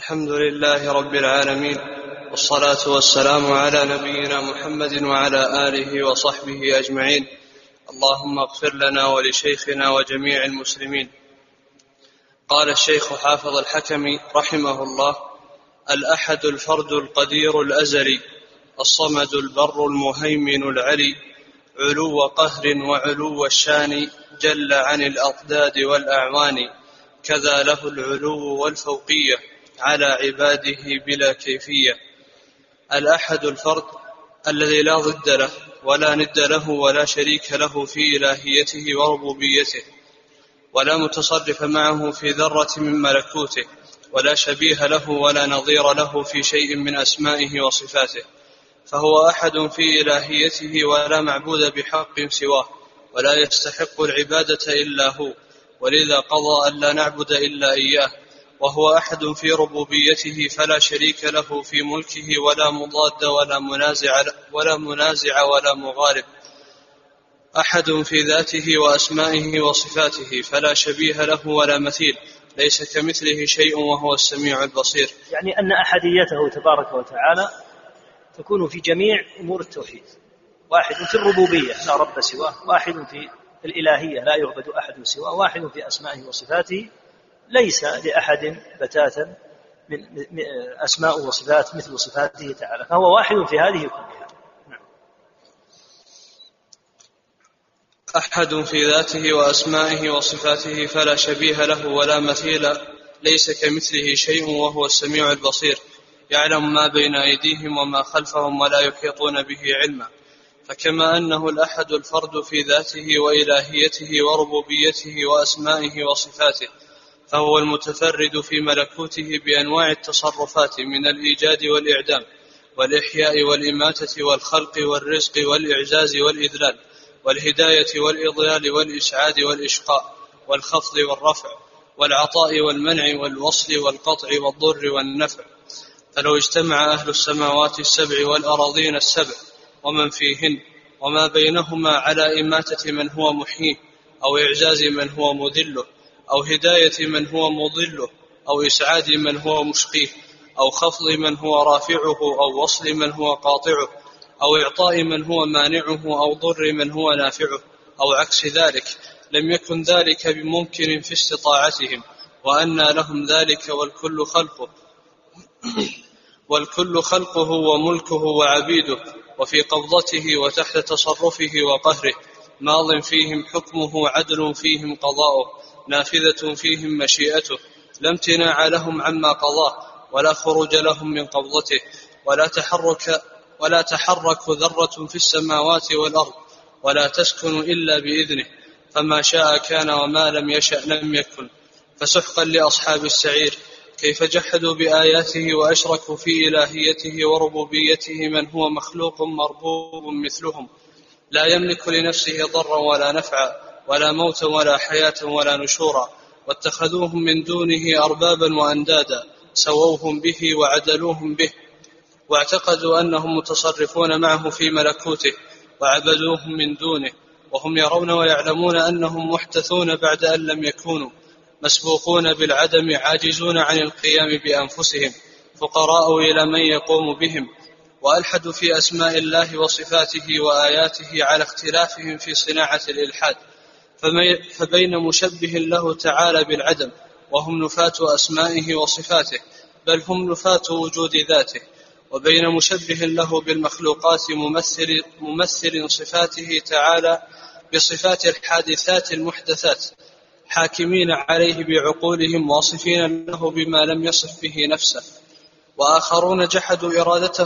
الحمد لله رب العالمين، والصلاة والسلام على نبينا محمد وعلى آله وصحبه أجمعين. اللهم اغفر لنا ولشيخنا وجميع المسلمين. قال الشيخ حافظ الحكمي رحمه الله: الأحد الفرد القدير الأزلي، الصمد البر المهيمن العلي، علو قهر وعلو الشان، جل عن الأضداد والأعوان، كذا له العلو والفوقية على عباده بلا كيفية. الأحد الفرد الذي لا ضد له ولا ند له ولا شريك له في إلهيته وربوبيته، ولا متصرف معه في ذرة من ملكوته، ولا شبيه له ولا نظير له في شيء من أسمائه وصفاته، فهو أحد في إلهيته ولا معبود بحق سواه، ولا يستحق العبادة إلا هو، ولذا قضى أن لا نعبد إلا إياه. وهو أحد في ربوبيته فلا شريك له في ملكه، ولا مضاد ولا منازع ولا مغالب. أحد في ذاته وأسمائه وصفاته فلا شبيه له ولا مثيل، ليس كمثله شيء وهو السميع البصير. يعني أن أحديته تبارك وتعالى تكون في جميع أمور التوحيد، واحد في الربوبية لا رب سواه، واحد في الإلهية لا يعبد أحد سواه، واحد في أسمائه وصفاته ليس لأحد بتاتا من أسماء وصفات مثل صفاته تعالى، فهو واحد في هذه كلها. أحد في ذاته وأسمائه وصفاته فلا شبيه له ولا مثيل، ليس كمثله شيء وهو السميع البصير، يعلم ما بين أيديهم وما خلفهم ولا يحيطون به علما. فكما أنه الأحد الفرد في ذاته وإلهيته وربوبيته وأسمائه وصفاته، فهو المتفرد في ملكوته بأنواع التصرفات من الإيجاد والإعدام والإحياء والإماتة والخلق والرزق والإعزاز والإذلال والهداية والإضلال والإسعاد والإشقاء والخفض والرفع والعطاء والمنع والوصل والقطع والضر والنفع. فلو اجتمع أهل السماوات السبع والأراضين السبع ومن فيهن وما بينهما على إماتة من هو محييه، أو إعزاز من هو مذله، أو هداية من هو مضله، أو إسعاد من هو مشقيه، أو خفض من هو رافعه، أو وصل من هو قاطعه، أو إعطاء من هو مانعه، أو ضر من هو نافعه، أو عكس ذلك، لم يكن ذلك بممكن في استطاعتهم، وأنى لهم ذلك والكل خلقه وملكه وعبيده، وفي قبضته وتحت تصرفه وقهره، ماض فيهم حكمه، عدل فيهم قضاؤه، نافذة فيهم مشيئته، لا امتناع لهم عما قضاه، ولا خروج لهم من قبضته، ولا تحرك ذرة في السماوات والأرض، ولا تسكن إلا بإذنه، فما شاء كان وما لم يشأ لم يكن. فسحقا لأصحاب السعير، كيف جحدوا بآياته وأشركوا في إلهيته وربوبيته من هو مخلوق مربوب مثلهم، لا يملك لنفسه ضرا ولا نفعا، ولا موتا ولا حياة ولا نشورا، واتخذوهم من دونه أربابا وأندادا، سووهم به وعدلوهم به، واعتقدوا أنهم متصرفون معه في ملكوته، وعبدوهم من دونه، وهم يرون ويعلمون أنهم محدثون بعد أن لم يكونوا، مسبوقون بالعدم، عاجزون عن القيام بأنفسهم، فقراء إلى من يقوم بهم. وألحدوا في أسماء الله وصفاته وآياته على اختلافهم في صناعة الإلحاد، فبين مشبه له تعالى بالعدم وهم نفاة أسمائه وصفاته، بل هم نفاة وجود ذاته، وبين مشبه له بالمخلوقات ممثل صفاته تعالى بصفات الحادثات المحدثات، حاكمين عليه بعقولهم، واصفين له بما لم يصف به نفسه. وآخرون جحدوا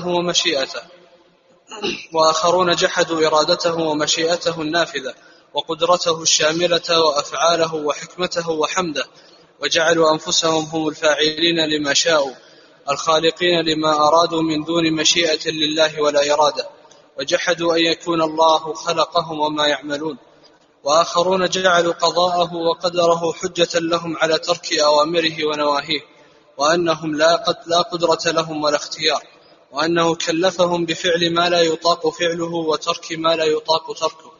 إرادته ومشيئته النافذة، وقدرته الشاملة، وأفعاله وحكمته وحمده، وجعلوا أنفسهم هم الفاعلين لما شاءوا، الخالقين لما أرادوا من دون مشيئة لله ولا إرادة، وجحدوا أن يكون الله خلقهم وما يعملون. وآخرون جعلوا قضاءه وقدره حجة لهم على ترك أوامره ونواهيه، وأنهم لا قدرة لهم ولا اختيار، وأنه كلفهم بفعل ما لا يطاق فعله وترك ما لا يطاق تركه،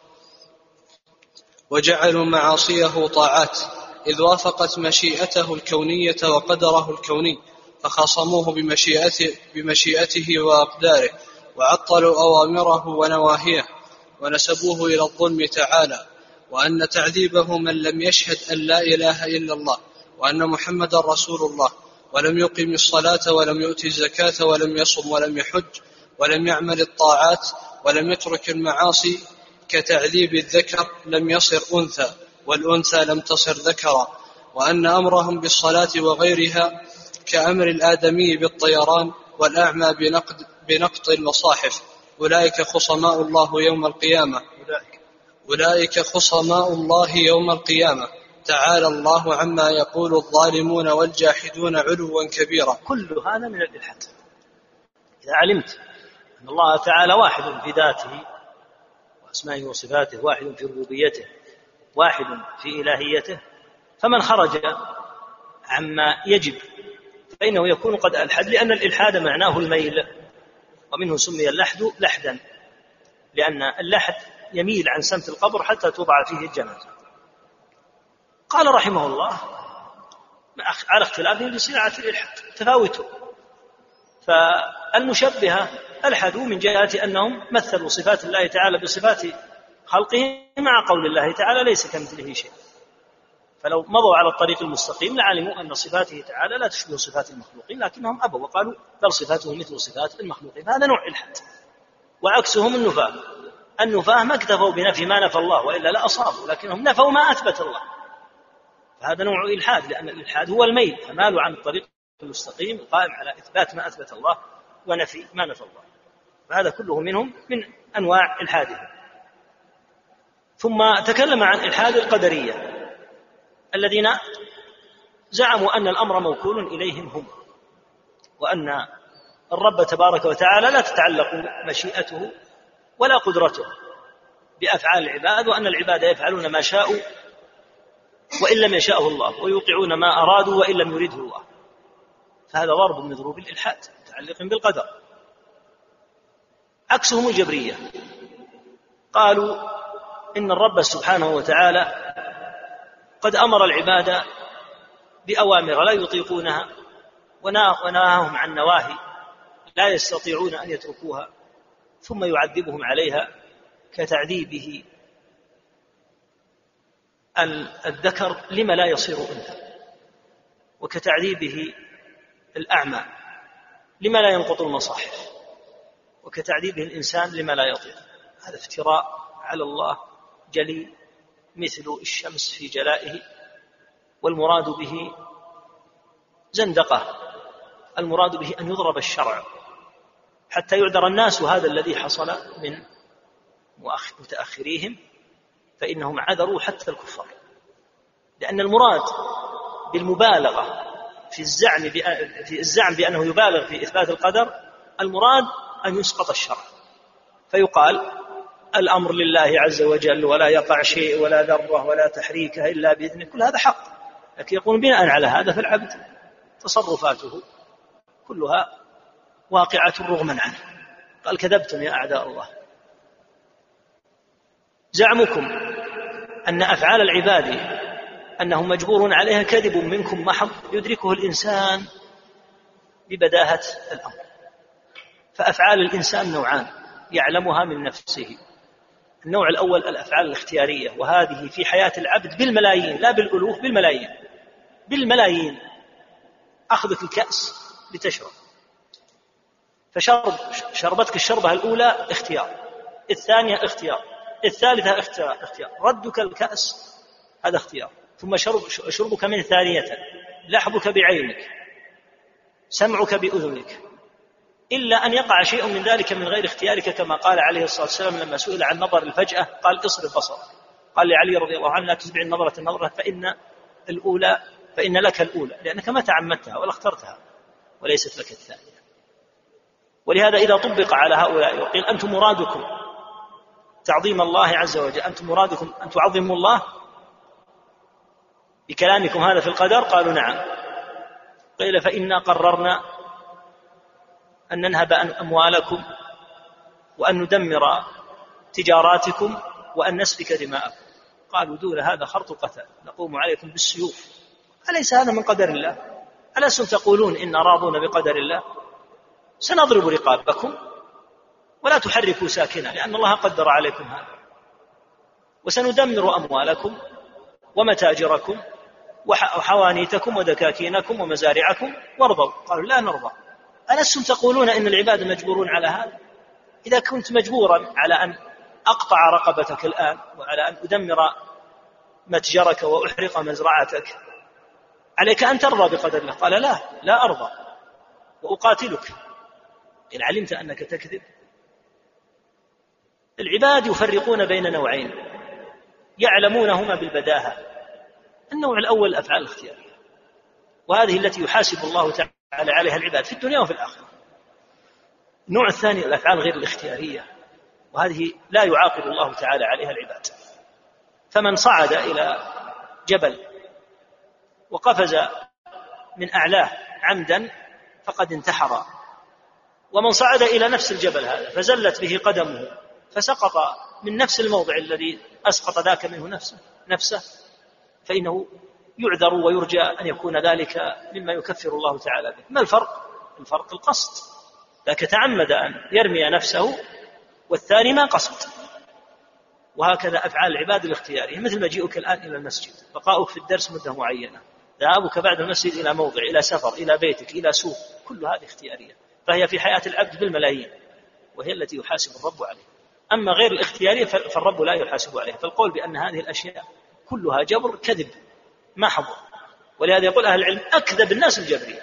وجعلوا معاصيه طاعات إذ وافقت مشيئته الكونية وقدره الكوني، فخاصموه بمشيئته وأقداره، وعطلوا أوامره ونواهيه، ونسبوه إلى الظلم تعالى، وأن تعذيبه من لم يشهد أن لا إله إلا الله وأن محمد رسول الله، ولم يقم الصلاة ولم يؤتي الزكاة ولم يصم ولم يحج ولم يعمل الطاعات ولم يترك المعاصي، كتعذيب الذكر لم يصر أنثى والأنثى لم تصر ذكرا، وأن أمرهم بالصلاة وغيرها كأمر الآدمي بالطيران والأعمى بنقط المصاحف. أولئك خصماء الله يوم القيامة تعالى الله عما يقول الظالمون والجاحدون علوا كبيرا. كل هذا من الإلحاد. إذا علمت أن الله تعالى واحد في ذاته وأسمائه وصفاته، واحد في ربوبيته، واحد في إلهيته، فمن خرج عما يجب فإنه يكون قد ألحد، لأن الإلحاد معناه الميل، ومنه سمي اللحد لحدا، لأن اللحد يميل عن سمت القبر حتى توضع فيه الجنازة. قال رحمه الله على اختلافهم في صناعة الإلحاد تفاوته، فالمشبهة ألحدوا من جهة أنهم مثلوا صفات الله تعالى بصفات خلقه مع قول الله تعالى ليس كمثله شيء، فلو مضوا على الطريق المستقيم لعلموا أن صفاته تعالى لا تشبه صفات المخلوقين، لكنهم أبوا وقالوا بل صفاته مثل صفات المخلوقين، هذا نوع إلحاد. وعكسهم النفاة ما اكتفوا بنفي ما نفى الله وإلا لا أصابوا، لكنهم نفوا ما أثبت الله، فهذا نوع إلحاد، لأن الإلحاد هو الميل، فمالوا عن الطريق المستقيم القائم على إثبات ما أثبت الله ونفي ما نفى الله، فهذا كله منهم من أنواع إلحادهم. ثم تكلم عن إلحاد القدرية الذين زعموا أن الأمر موكول إليهم هم، وأن الرب تبارك وتعالى لا تتعلق مشيئته ولا قدرته بأفعال العباد، وأن العباد يفعلون ما شاءوا وإن لم يشاءه الله، ويوقعون ما أرادوا وإن لم يرده الله، فهذا ضرب من ضروب الإلحاد متعلق بالقدر. عكسهم الجبرية، قالوا إن الرب سبحانه وتعالى قد أمر العباد بأوامر لا يطيقونها ونهاهم عن نواهي لا يستطيعون أن يتركوها، ثم يعذبهم عليها كتعذيبه الذكر لما لا يصير أنثى، وكتعذيبه الأعمى لما لا ينقط المصاحف، وكتعذيبه الإنسان لما لا يطيق. هذا افتراء على الله جلي مثل الشمس في جلائه، والمراد به زندقة، المراد به أن يضرب الشرع حتى يعذر الناس، وهذا الذي حصل من متأخريهم، فإنهم عذروا حتى الكفار، لأن المراد بالمبالغة في الزعم بأنه يبالغ في إثبات القدر، المراد أن يسقط الشرع، فيقال الأمر لله عز وجل ولا يقع شيء ولا ذرة ولا تحريكه إلا بإذنه، كل هذا حق، لكن يقول بناء على هذا فالعبد تصرفاته كلها واقعة رغما عنه. قال كذبتم يا أعداء الله. زعمكم أن أفعال العباد أنهم مجبور عليها كذب منكم محض يدركه الإنسان ببداهة الأمر، فأفعال الإنسان نوعان يعلمها من نفسه. النوع الأول الأفعال الاختيارية، وهذه في حياة العبد بالملايين، لا بالألوف، بالملايين. أخذك الكأس لتشرب، فشربتك الشربة الأولى اختيار، الثانية اختيار، الثالثة اختيار، ردك الكأس هذا اختيار، ثم شربك من ثانية، لحظك بعينك، سمعك بأذنك، إلا أن يقع شيء من ذلك من غير اختيارك، كما قال عليه الصلاة والسلام لما سئل عن نظر الفجأة قال اصرف بصرك، قال لعلي رضي الله عنه لا تتبع النظرة فإن لك الأولى، لأنك ما تعمدتها ولا اخترتها وليست لك الثانية. ولهذا إذا طبق على هؤلاء وقيل أنتم مرادكم تعظيم الله عز وجل، أنتم مرادكم أن تعظموا الله بكلامكم هذا في القدر، قالوا نعم. قيل فإنا قررنا أن ننهب أموالكم وأن ندمر تجاراتكم وأن نسفك دماءكم، قالوا دون هذا خرط قتل، نقوم عليكم بالسيوف. أليس هذا من قدر الله؟ ألستم تقولون إن راضون بقدر الله؟ سنضرب رقابكم ولا تحركوا ساكنا لأن الله قدر عليكم هذا، وسندمر أموالكم ومتاجركم وحوانيتكم ودكاكينكم ومزارعكم وارضوا. قالوا لا نرضى. ألستم تقولون إن العباد مجبورون على هذا؟ إذا كنت مجبورا على أن أقطع رقبتك الآن وعلى أن أدمر متجرك وأحرق مزرعتك، عليك أن ترضى بقدر الله. قال لا أرضى وأقاتلك إن علمت أنك تكذب. العباد يفرقون بين نوعين يعلمونهما بالبداهة. النوع الأول الأفعال الاختيارية، وهذه التي يحاسب الله تعالى عليها العباد في الدنيا وفي الآخرة. النوع الثاني الأفعال غير الاختيارية، وهذه لا يعاقب الله تعالى عليها العباد. فمن صعد إلى جبل وقفز من أعلاه عمدا فقد انتحر، ومن صعد إلى نفس الجبل هذا فزلت به قدمه فسقط من نفس الموضع الذي أسقط ذاك منه نفسه فإنه يعذر ويرجى أن يكون ذلك مما يكفر الله تعالى به. ما الفرق؟ الفرق القصد، ذاك تعمد أن يرمي نفسه والثاني ما قصد. وهكذا أفعال العباد الاختيارية، مثل مجيئك الآن إلى المسجد، بقاؤك في الدرس مدة معينة، ذهابك بعد المسجد إلى موضع، إلى سفر، إلى بيتك، إلى سوق، كل هذه اختيارية، فهي في حياة العبد بالملايين، وهي التي يحاسب الرب عليها. أما غير الاختيارية فالرب لا يحاسب عليها. فالقول بأن هذه الأشياء كلها جبر كذب ما حضر. ولهذا يقول أهل العلم أكذب الناس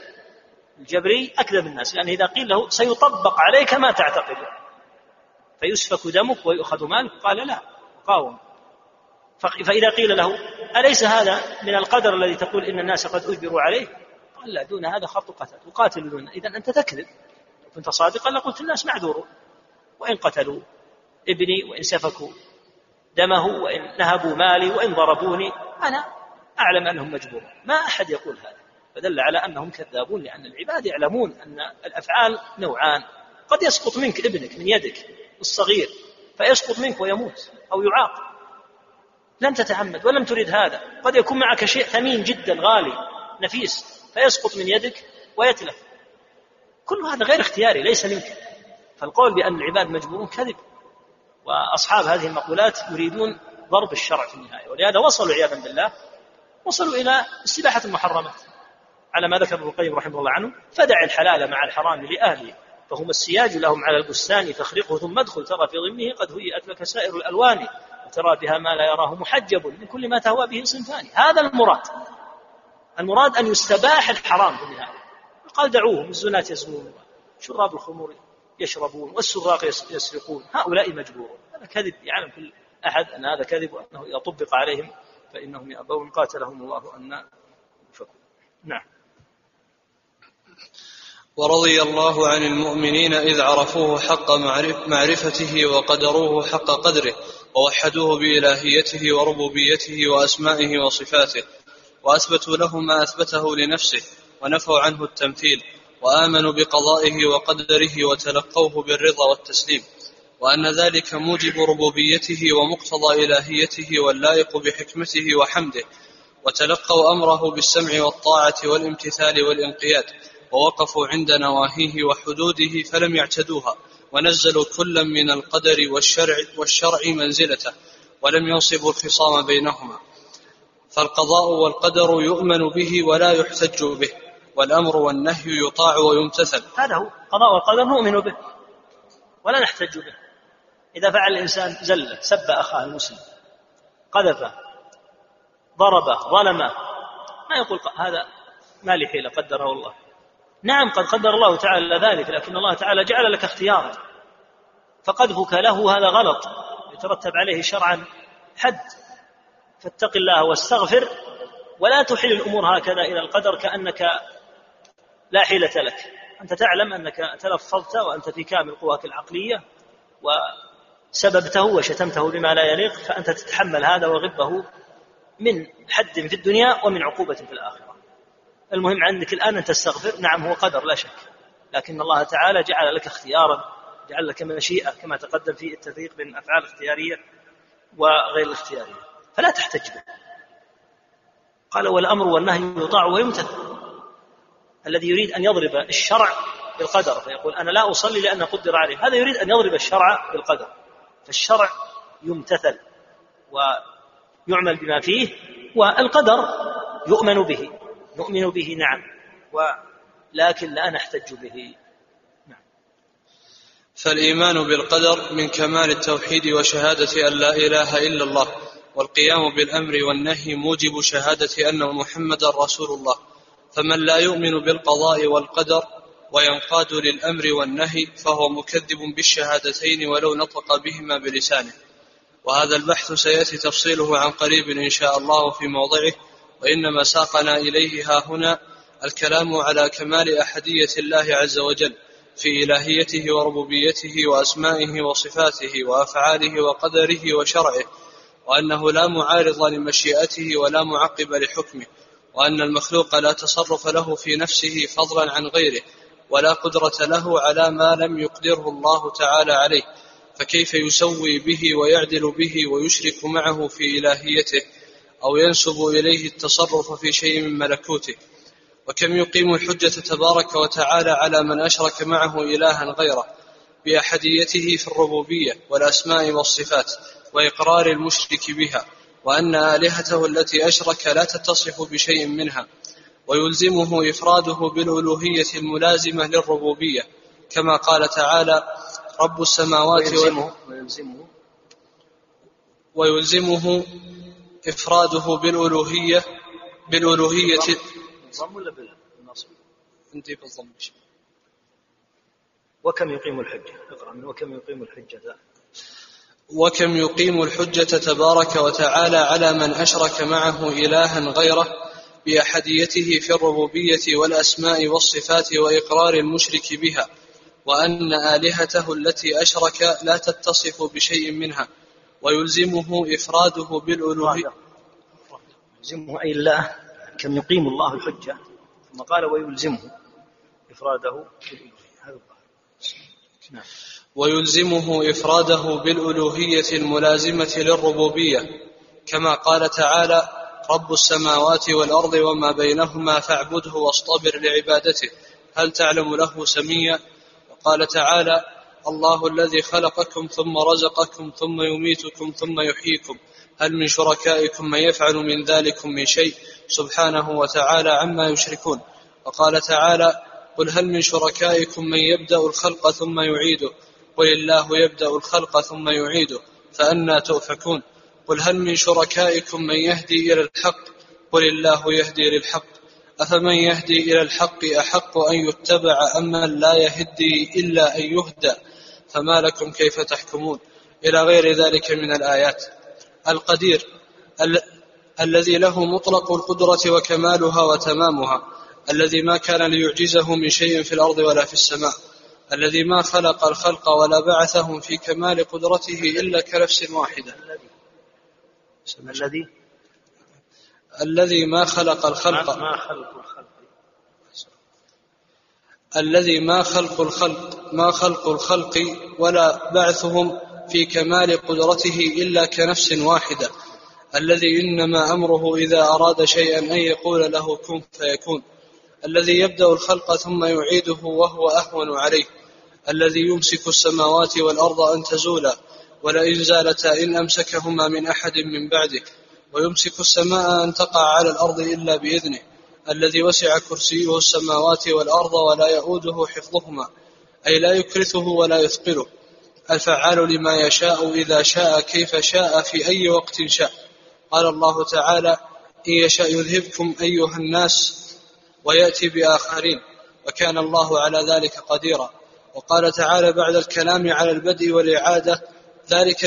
الجبري أكذب الناس، لأن إذا قيل له سيطبق عليك ما تعتقد فيسفك دمك ويؤخذ مالك قال لا قاوم. فإذا قيل له أليس هذا من القدر الذي تقول إن الناس قد أجبروا عليه؟ قال لا، دون هذا خط قتل وقاتل دون. إذن أنت تكذب. كنت صادقا لقلت الناس معذورون، وإن قتلوا ابني وإن سفكوا دمه وإن نهبوا مالي وإن ضربوني أنا أعلم أنهم مجبورون. ما أحد يقول هذا، فدل على أنهم كذابون، لأن العباد يعلمون أن الأفعال نوعان. قد يسقط منك ابنك من يدك الصغير فيسقط منك ويموت أو يعاق، لم تتعمد ولم تريد هذا. قد يكون معك شيء ثمين جدا غالي نفيس فيسقط من يدك ويتلف. كل هذا غير اختياري ليس منك. فالقول بأن العباد مجبورون كذب، وأصحاب هذه المقولات يريدون ضرب الشرع في النهاية. ولهذا وصلوا عياذا بالله إلى استباحة المحرمات على ما ذكر ابن القيم رحمه الله عنه: فدع الحلال مع الحرام لأهله فهم السياج لهم على البستان فاخرقه ثم ادخل ترى في ضمنه قد هيئت لك سائر الألوان وترى بها ما لا يراه محجب من كل ما تهوى به صنفان. هذا المراد أن يستباح الحرام في النهاية. قال دعوهم، الزنات يزنون، شراب الخمور يشربون، والسراق يسرقون، هؤلاء مجبورون. هذا كذب، يعلم كل أحد أن هذا كذب، وأنه إذا طبق عليهم فإنهم يأبون قاتلهم الله أن يفكون. نعم. ورضي الله عن المؤمنين إذ عرفوه حق معرفته وقدروه حق قدره ووحدوه بإلهيته وربوبيته وأسمائه وصفاته، وأثبتوا له ما أثبته لنفسه ونفوا عنه التمثيل، وآمنوا بقضائه وقدره وتلقوه بالرضا والتسليم، وأن ذلك موجب ربوبيته ومقتضى إلهيته واللائق بحكمته وحمده، وتلقوا أمره بالسمع والطاعة والامتثال والانقياد، ووقفوا عند نواهيه وحدوده فلم يعتدوها، ونزلوا كلا من القدر والشرع منزلته، ولم ينصبوا الخصام بينهما. فالقضاء والقدر يؤمن به ولا يحتج به، والأمر والنهي يطاع ويمتثل. هذا هو قضاء والقدر، نؤمن به ولا نحتج به. إذا فعل الإنسان زلة، سب أخاه المسلم، قذفه، ضربه، ظلمه، ما يقول هذا ما لي حيلة قدره الله. نعم قد قدر الله تعالى ذلك، لكن الله تعالى جعل لك اختيارا، فقذفك له هذا غلط يترتب عليه شرعا حد. فاتق الله واستغفر، ولا تحيل الأمور هكذا إلى القدر كأنك لا حيلة لك. أنت تعلم أنك تلفظت وأنت في كامل قواك العقلية وسببته وشتمته بما لا يليق، فأنت تتحمل هذا وغبه من حد في الدنيا ومن عقوبة في الآخرة. المهم عندك الآن أن تستغفر. نعم هو قدر لا شك، لكن الله تعالى جعل لك اختيارا، جعل لك مشيئة كما تقدم في التفريق بين الأفعال الاختيارية وغير الاختيارية، فلا تحتج به. قال والأمر والنهي يطاع ويمتثل. الذي يريد أن يضرب الشرع بالقدر فيقول أنا لا أصلي لأن قدر عليه، هذا يريد أن يضرب الشرع بالقدر. فالشرع يمتثل ويعمل بما فيه، والقدر نؤمن به نعم، ولكن لا نحتج به. نعم. فالإيمان بالقدر من كمال التوحيد وشهادة أن لا إله إلا الله، والقيام بالأمر والنهي موجب شهادة أن محمدا رسول الله. فمن لا يؤمن بالقضاء والقدر وينقاد للأمر والنهي فهو مكذب بالشهادتين ولو نطق بهما بلسانه. وهذا البحث سيأتي تفصيله عن قريب إن شاء الله في موضعه، وإنما ساقنا إليه ها هنا الكلام على كمال أحدية الله عز وجل في إلهيته وربوبيته وأسمائه وصفاته وأفعاله وقدره وشرعه، وأنه لا معارض لمشيئته ولا معقب لحكمه، وأن المخلوق لا تصرف له في نفسه فضلا عن غيره، ولا قدرة له على ما لم يقدره الله تعالى عليه، فكيف يسوي به ويعدل به ويشرك معه في إلهيته أو ينسب إليه التصرف في شيء من ملكوته. وكم يقيم الحجة تبارك وتعالى على من أشرك معه إلها غيره بأحديته في الربوبية والأسماء والصفات وإقرار المشرك بها، وأن آلهته التي أشرك لا تتصف بشيء منها، ويلزمه إفراده بالألوهية الملازمة للربوبية، كما قال تعالى رب السماوات ويلزمه إفراده بالألوهية بالضم ولا بالنصب؟ انتي بالضم. وكم يقيم الحجة، اقرأ من وكم يقيم الحجة. وكم يقيم الحجة تبارك وتعالى على من أشرك معه إلها غيره بأحديته في الربوبية والأسماء والصفات وإقرار المشرك بها، وأن آلهته التي أشرك لا تتصف بشيء منها، ويلزمه إفراده بالألوهية. يلزمه أي الله، كم يقيم الله الحجة، ثم قال ويلزمه إفراده بالألوهية. نعم. ويلزمه إفراده بالألوهية الملازمة للربوبية، كما قال تعالى رب السماوات والأرض وما بينهما فاعبده واصطبر لعبادته هل تعلم له سميا. وقال تعالى الله الذي خلقكم ثم رزقكم ثم يميتكم ثم يحييكم هل من شركائكم من يفعل من ذلكم من شيء سبحانه وتعالى عما يشركون. وقال تعالى قل هل من شركائكم من يبدأ الخلق ثم يعيده قل الله يبدأ الخلق ثم يعيده فأنى تؤفكون. قل هل من شركائكم من يهدي إلى الحق قل الله يهدي للحق أفمن يهدي إلى الحق أحق أن يتبع أمن لا يهدي إلا أن يهدى فما لكم كيف تحكمون، إلى غير ذلك من الآيات. القدير الذي له مطلق القدرة وكمالها وتمامها، الذي ما كان ليعجزه من شيء في الأرض ولا في السماء، الذي ما خلق الخلق ولا بعثهم في كمال قدرته إلا كنفس واحدة، الذي ما خلق الخلق الذي ما خلق الخلق ولا بعثهم في كمال قدرته إلا كنفس واحدة، الذي إنما أمره إذا أراد شيئا أن يقول له كن فيكون، الذي يبدأ الخلق ثم يعيده وهو أهون عليه، الذي يمسك السماوات والأرض أن تزولا ولئن زالتا إن أمسكهما من أحد من بعده، ويمسك السماء أن تقع على الأرض إلا بإذنه، الذي وسع كرسيه السماوات والأرض ولا يؤوده حفظهما، أي لا يكرثه ولا يثقله، الفعال لما يشاء إذا شاء كيف شاء في أي وقت شاء. قال الله تعالى إن يشاء يذهبكم أيها الناس ويأتي بآخرين وكان الله على ذلك قديرا. وقال تعالى بعد الكلام على البدء والإعادة ذلك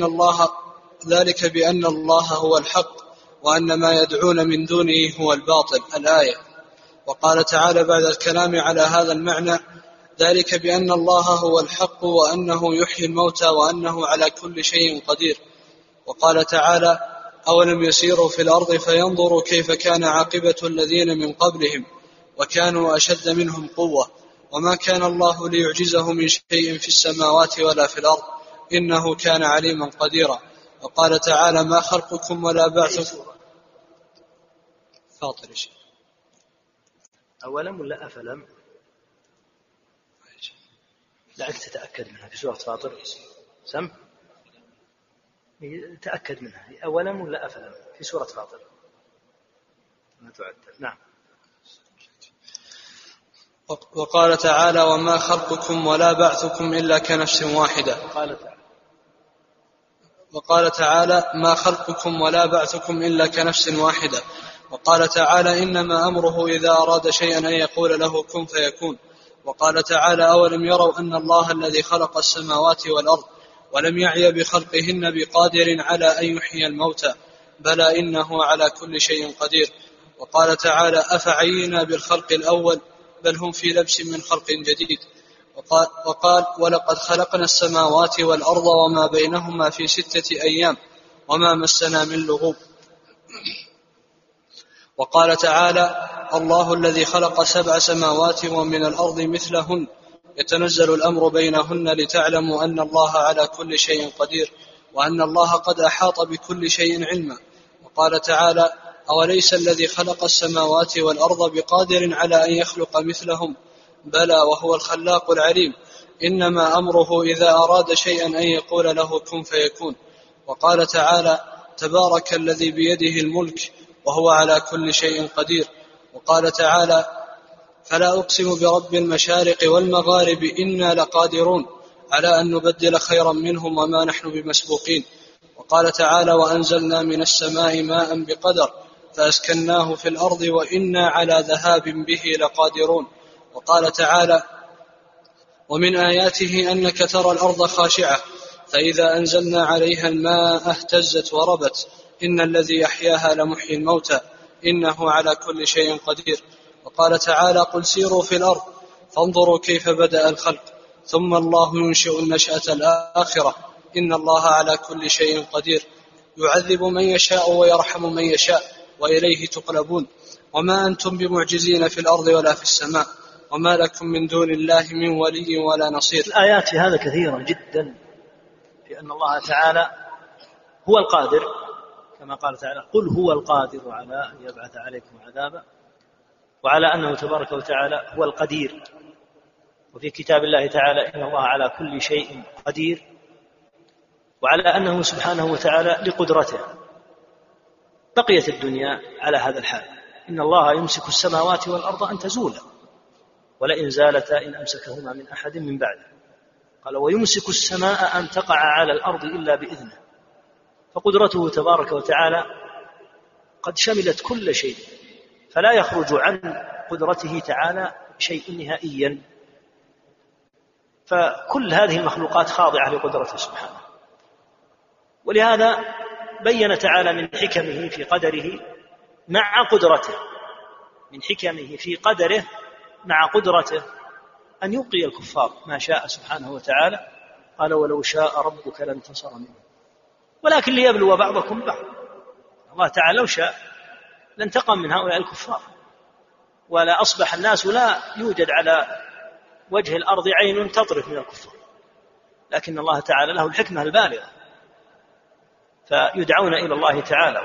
بأن الله هو الحق وأن ما يدعون من دونه هو الباطل، الآية. وقال تعالى بعد الكلام على هذا المعنى ذلك بأن الله هو الحق وأنه يحيي الموتى وأنه على كل شيء قدير. وقال تعالى أولم يسيروا في الأرض فينظروا كيف كان عاقبة الذين من قبلهم وكانوا أشد منهم قوة وما كان الله ليعجزه من شيء في السماوات ولا في الأرض إنه كان عليما قديرا. وقال تعالى ما خلقكم ولا بعثكم فاطر شيء أولم ولا أفلم؟ لعلك تتأكد منها في سورة فاطر. سم تأكد منها، أولم ولا أفلم في سورة فاطر ما تعدل. نعم. وقال تعالى وما خلقكم ولا بعثكم إلا كنفس واحدة. وقال تعالى ما خلقكم ولا بعثكم إلا كنفس واحدة. وقال تعالى إنما أمره إذا أراد شيئا أن يقول له كن فيكون. وقال تعالى أولم يروا أن الله الذي خلق السماوات والأرض ولم يعي بخلقهن بقادر على أن يحيي الموتى بلى إنه على كل شيء قدير. وقال تعالى أفعينا بالخلق الأول بل هم في لبس من خلق جديد. وقال ولقد خلقنا السماوات والأرض وما بينهما في 6 أيام وما مسنا من لغوب. وقال تعالى الله الذي خلق 7 سماوات ومن الأرض مثلهن يتنزل الأمر بينهن لتعلموا أن الله على كل شيء قدير وأن الله قد أحاط بكل شيء علما. وقال تعالى أوليس الذي خلق السماوات والأرض بقادر على أن يخلق مثلهم بلى وهو الخلاق العليم إنما أمره إذا أراد شيئا أن يقول له كن فيكون. وقال تعالى تبارك الذي بيده الملك وهو على كل شيء قدير. وقال تعالى فلا أقسم برب المشارق والمغارب إنا لقادرون على أن نبدل خيرا منهم وما نحن بمسبوقين. وقال تعالى وأنزلنا من السماء ماء بقدر فأسكناه في الأرض وإنا على ذهاب به لقادرون. وقال تعالى ومن آياته أنك ترى الأرض خاشعة فإذا أنزلنا عليها الماء اهتزت وربت إن الذي أحياها لمحيي الموتى إنه على كل شيء قدير. وقال تعالى قل سيروا في الأرض فانظروا كيف بدأ الخلق ثم الله ينشئ النشأة الآخرة إن الله على كل شيء قدير يعذب من يشاء ويرحم من يشاء وإليه تقلبون وما أنتم بمعجزين في الأرض ولا في السماء وما لكم من دون الله من ولي ولا نصير. الآيات في هذا كثيرة جدا في أن الله تعالى هو القادر كما قال تعالى قل هو القادر على أن يبعث عليكم عذابا وعلى أنه تبارك وتعالى هو القدير. وفي كتاب الله تعالى إن الله على كل شيء قدير وعلى أنه سبحانه وتعالى لقدرته. بقيت الدنيا على هذا الحال إن الله يمسك السماوات والأرض أن تزولا ولئن زالتا إن أمسكهما من أحد من بعده. قال ويمسك السماء أن تقع على الأرض إلا بإذنه. فقدرته تبارك وتعالى قد شملت كل شيء فلا يخرج عن قدرته تعالى شيء نهائيا. فكل هذه المخلوقات خاضعة لقدرته سبحانه. ولهذا بين تعالى من حكمه في قدره مع قدرته من حكمه في قدره مع قدرته أن يبقي الكفار ما شاء سبحانه وتعالى. قال ولو شاء ربك لانتصر منهم ولكن ليبلو بعضكم بعض. الله تعالى لو شاء لانتقم من هؤلاء الكفار ولا أصبح الناس لا يوجد على وجه الأرض عين تطرف من الكفار لكن الله تعالى له الحكمة البالغة فيدعون إلى الله تعالى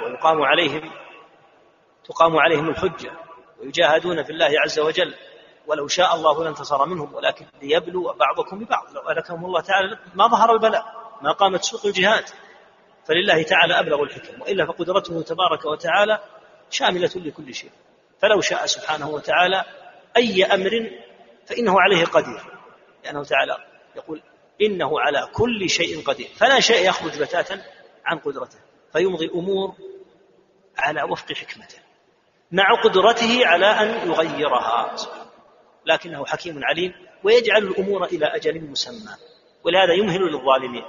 تقام عليهم الحجة ويجاهدون في الله عز وجل ولو شاء الله لانتصر منهم ولكن ليبلو بعضكم ببعض. لو أهلكهم الله تعالى ما ظهر البلاء ما قامت سوق الجهاد فلله تعالى أبلغ الحكم وإلا فقدرته تبارك وتعالى شاملة لكل شيء. فلو شاء سبحانه وتعالى أي أمر فإنه عليه قدير لأنه تعالى يقول إنه على كل شيء قدير فلا شيء يخرج بتاتا عن قدرته فيمضي الأمور على وفق حكمته مع قدرته على أن يغيرها لكنه حكيم عليم ويجعل الأمور إلى أجل مسمى ولهذا يمهل للظالمين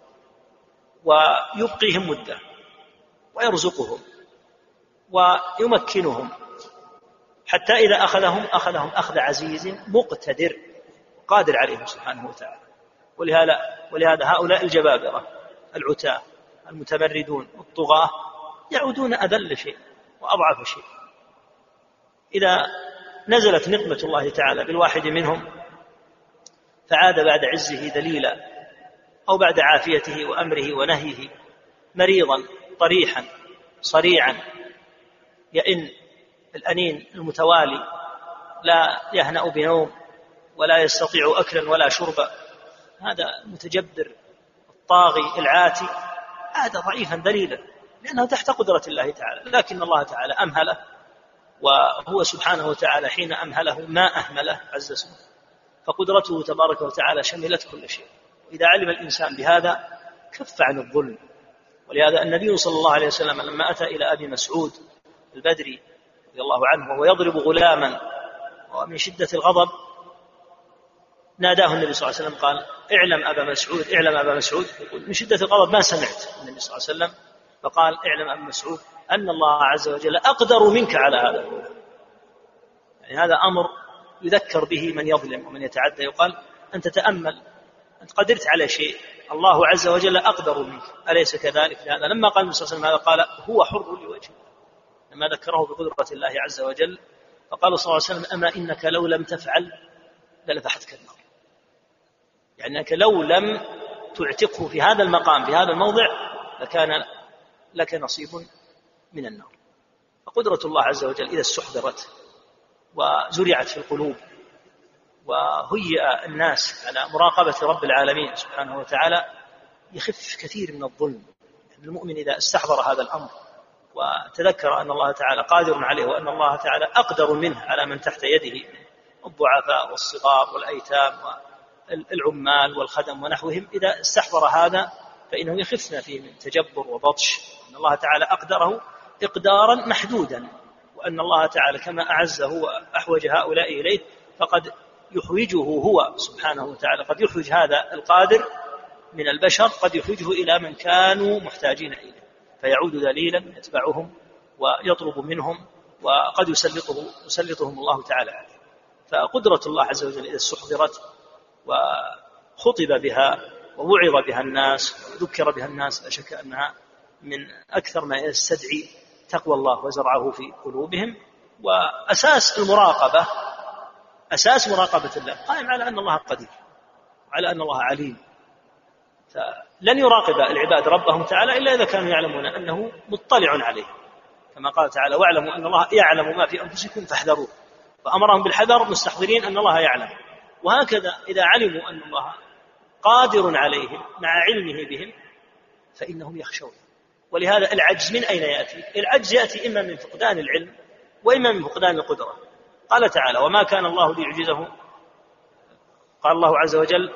ويبقيهم مدة ويرزقهم ويمكنهم حتى إذا أخذهم أخذ عزيز مقتدر قادر عليهم سبحانه وتعالى. ولهذا هؤلاء الجبابرة العتاة المتمردون الطغاة يعودون أذل شيء وأضعف شيء. إذا نزلت نقمة الله تعالى بالواحد منهم فعاد بعد عزه ذليلا أو بعد عافيته وأمره ونهيه مريضا طريحا صريعا يئن الأنين المتوالي لا يهنأ بنوم ولا يستطيع أكلا ولا شربا، هذا متجبر الطاغي العاتي، هذا ضعيفا ذليلا لأنه تحت قدرة الله تعالى. لكن الله تعالى أمهله، وهو سبحانه وتعالى حين أمهله ما أهمله عز اسمه، فقدرته تبارك وتعالى شملت كل شيء. وإذا علم الإنسان بهذا كف عن الظلم. ولهذا النبي صلى الله عليه وسلم لما أتى إلى أبي مسعود البدري رضي الله عنه وهو يضرب غلاما ومن شدة الغضب، ناداه النبي صلى الله عليه وسلم قال: اعلم أبا مسعود، اعلم أبا مسعود. من شدة الغضب ما سمعت النبي صلى الله عليه وسلم، فقال: اعلم أبا مسعود أن الله عز وجل أقدر منك على هذا. يعني هذا أمر يذكر به من يظلم ومن يتعدى، يقال: أنت تأمل، أنت قدرت على شيء، الله عز وجل أقدر منك، أليس كذلك؟ لهذا لما قال النبي صلى الله عليه وسلم هذا قال: هو حر لوجهه، لما ذكره بقدرة الله عز وجل. فقال صلى الله عليه وسلم: أما إنك لو لم تفعل للفحتك النار، يعني أنك لو لم تعتقه في هذا المقام في هذا الموضع لكان لك نصيب من النار. فقدرة الله عز وجل إذا استحضرت وزرعت في القلوب وهيئ الناس على مراقبة رب العالمين سبحانه وتعالى يخف كثير من الظلم. المؤمن إذا استحضر هذا الأمر وتذكر أن الله تعالى قادر عليه وأن الله تعالى أقدر منه على من تحت يده الضعفاء والصغار والأيتام والعمال والخدم ونحوهم، إذا استحضر هذا فإنه يخف ما فيه من تجبر وبطش، أن الله تعالى أقدره إقدارا محدودا، وأن الله تعالى كما أعزه وأحوج هؤلاء إليه فقد يحوجه هو سبحانه وتعالى، قد يحوج هذا القادر من البشر، قد يحوجه إلى من كانوا محتاجين إليه فيعود ذليلا يتبعهم ويطلب منهم، وقد يسلطهم الله تعالى عليه. فقدرة الله عز وجل إذا استحضرت وخطب بها ووعظ بها الناس وذكر بها الناس لا شك أنها من أكثر ما يستدعي تقوى الله وزرعه في قلوبهم. وأساس المراقبة، أساس مراقبة الله قائم على أن الله قدير وعلى أن الله عليم، فلن يراقب العباد ربهم تعالى إلا إذا كانوا يعلمون أنه مطلع عليه، كما قال تعالى: واعلموا أن الله يعلم ما في أنفسكم فاحذروه، فأمرهم بالحذر مستحضرين أن الله يعلم. وهكذا إذا علموا أن الله قادر عليهم مع علمه بهم فإنهم يخشون. ولهذا العجز من أين يأتي؟ العجز يأتي إما من فقدان العلم وإما من فقدان القدرة. قال تعالى: وما كان الله ليعجزه، قال الله عز وجل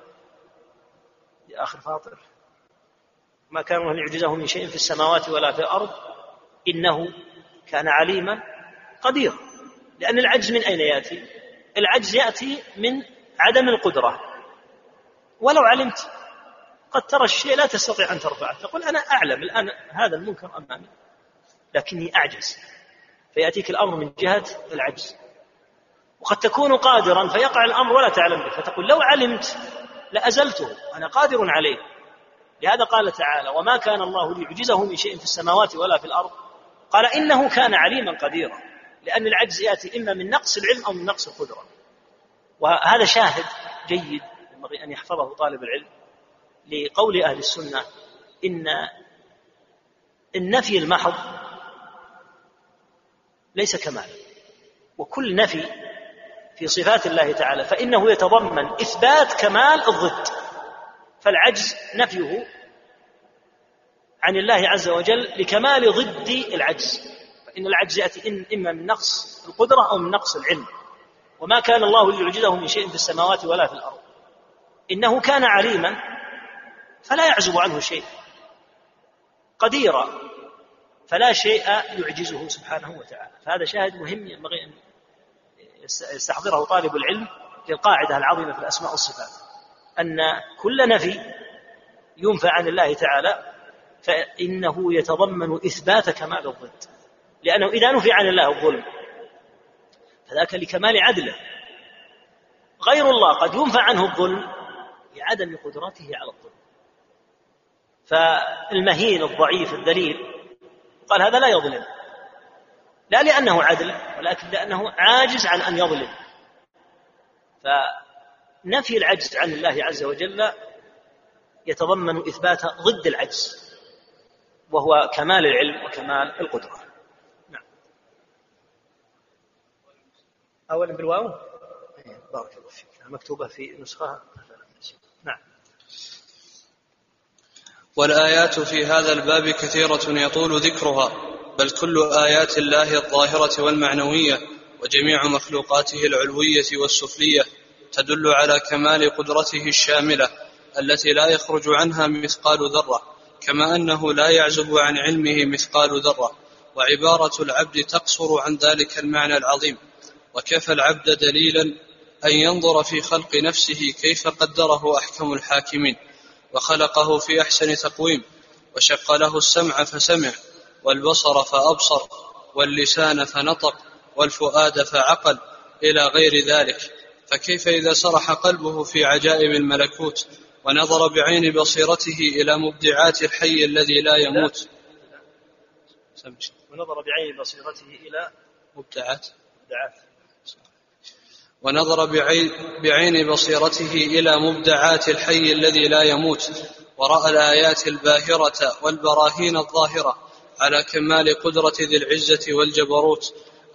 في آخر فاطر: ما كان الله ليعجزه من شيء في السماوات ولا في الأرض إنه كان عليما قدير. لأن العجز من أين يأتي؟ العجز يأتي من عدم القدرة. ولو علمت قد ترى الشيء لا تستطيع أن ترفعه، تقول: أنا أعلم الآن هذا المنكر أمامي لكني أعجز، فيأتيك الأمر من جهة العجز. وقد تكون قادرا فيقع الأمر ولا تعلم به، فتقول: لو علمت لأزلته، أنا قادر عليه. لهذا قال تعالى: وما كان الله ليعجزه من شيء في السماوات ولا في الأرض، قال: إنه كان عليما قديرا. لأن العجز يأتي إما من نقص العلم أو من نقص القدرة. وهذا شاهد جيد ينبغي أن يحفظه طالب العلم لقول أهل السنة إن النفي المحض ليس كمال، وكل نفي في صفات الله تعالى فإنه يتضمن إثبات كمال الضد. فالعجز نفيه عن الله عز وجل لكمال ضد العجز، فإن العجز يأتي إما من نقص القدرة أو من نقص العلم. وما كان الله ليعجزه من شيء في السماوات ولا في الأرض إنه كان عليما فلا يعزب عنه شيء، قديرا فلا شيء يعجزه سبحانه وتعالى. فهذا شاهد مهم ينبغي أن يستحضره طالب العلم للقاعدة العظيمة في الأسماء والصفات، أن كل نفي ينفى عن الله تعالى فإنه يتضمن إثبات كمال الضد، لأنه إذا نفي عن الله الظلم فذاك لكمال عدله. غير الله قد ينفى عنه الظلم لعدم قدرته على الظلم. فالمهين الضعيف الذليل قال هذا لا يظلم، لا لأنه عدل ولكن لأنه عاجز عن أن يظلم. فنفي العجز عن الله عز وجل يتضمن إثبات ضد العجز وهو كمال العلم وكمال القدرة. نعم. أولا بالواو. بارك الله فيك، مكتوبة في نسخة. نعم. والآيات في هذا الباب كثيرة يطول ذكرها، بل كل آيات الله الظاهرة والمعنوية وجميع مخلوقاته العلوية والسفلية تدل على كمال قدرته الشاملة التي لا يخرج عنها مثقال ذرة، كما أنه لا يعزب عن علمه مثقال ذرة، وعبارة العبد تقصر عن ذلك المعنى العظيم. وكفى العبد دليلا أن ينظر في خلق نفسه كيف قدره أحكم الحاكمين، وخلقه في أحسن تقويم، وشق له السمع فسمع، والبصر فأبصر، واللسان فنطق، والفؤاد فعقل، إلى غير ذلك. فكيف إذا سرح قلبه في عجائب الملكوت ونظر بعين بصيرته إلى مبدعات الحي الذي لا يموت، ونظر بعين بصيرته إلى بعين بصيرته إلى مبدعات الحي الذي لا يموت، ورأى الآيات الباهرة والبراهين الظاهرة على كمال قدرة ذي العزة والجبروت،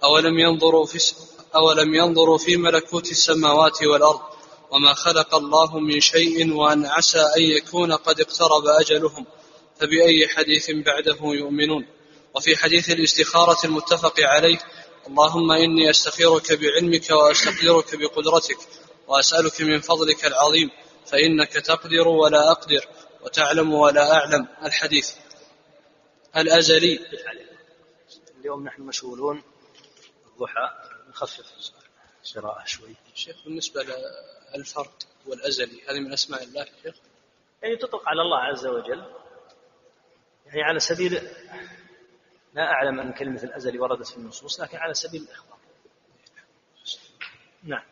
أولم ينظروا في ملكوت السماوات والأرض وما خلق الله من شيء، وأن عسى أن يكون قد اقترب أجلهم، فبأي حديث بعده يؤمنون. وفي حديث الاستخارة المتفق عليه: اللهم إني أستخيرك بعلمك وأستقدرك بقدرتك وأسألك من فضلك العظيم، فإنك تقدر ولا أقدر وتعلم ولا أعلم. الحديث الأزلي. اليوم نحن مشغولون الضحى، نخفف قراءة شوي. شيخ بالنسبة للفرد والأزلي، هذه من أسماء الله شيخ؟ يعني تطلق على الله عز وجل، يعني على سبيل، لا أعلم أن كلمة الأزلي وردت في النصوص، لكن على سبيل الإخبار. نعم.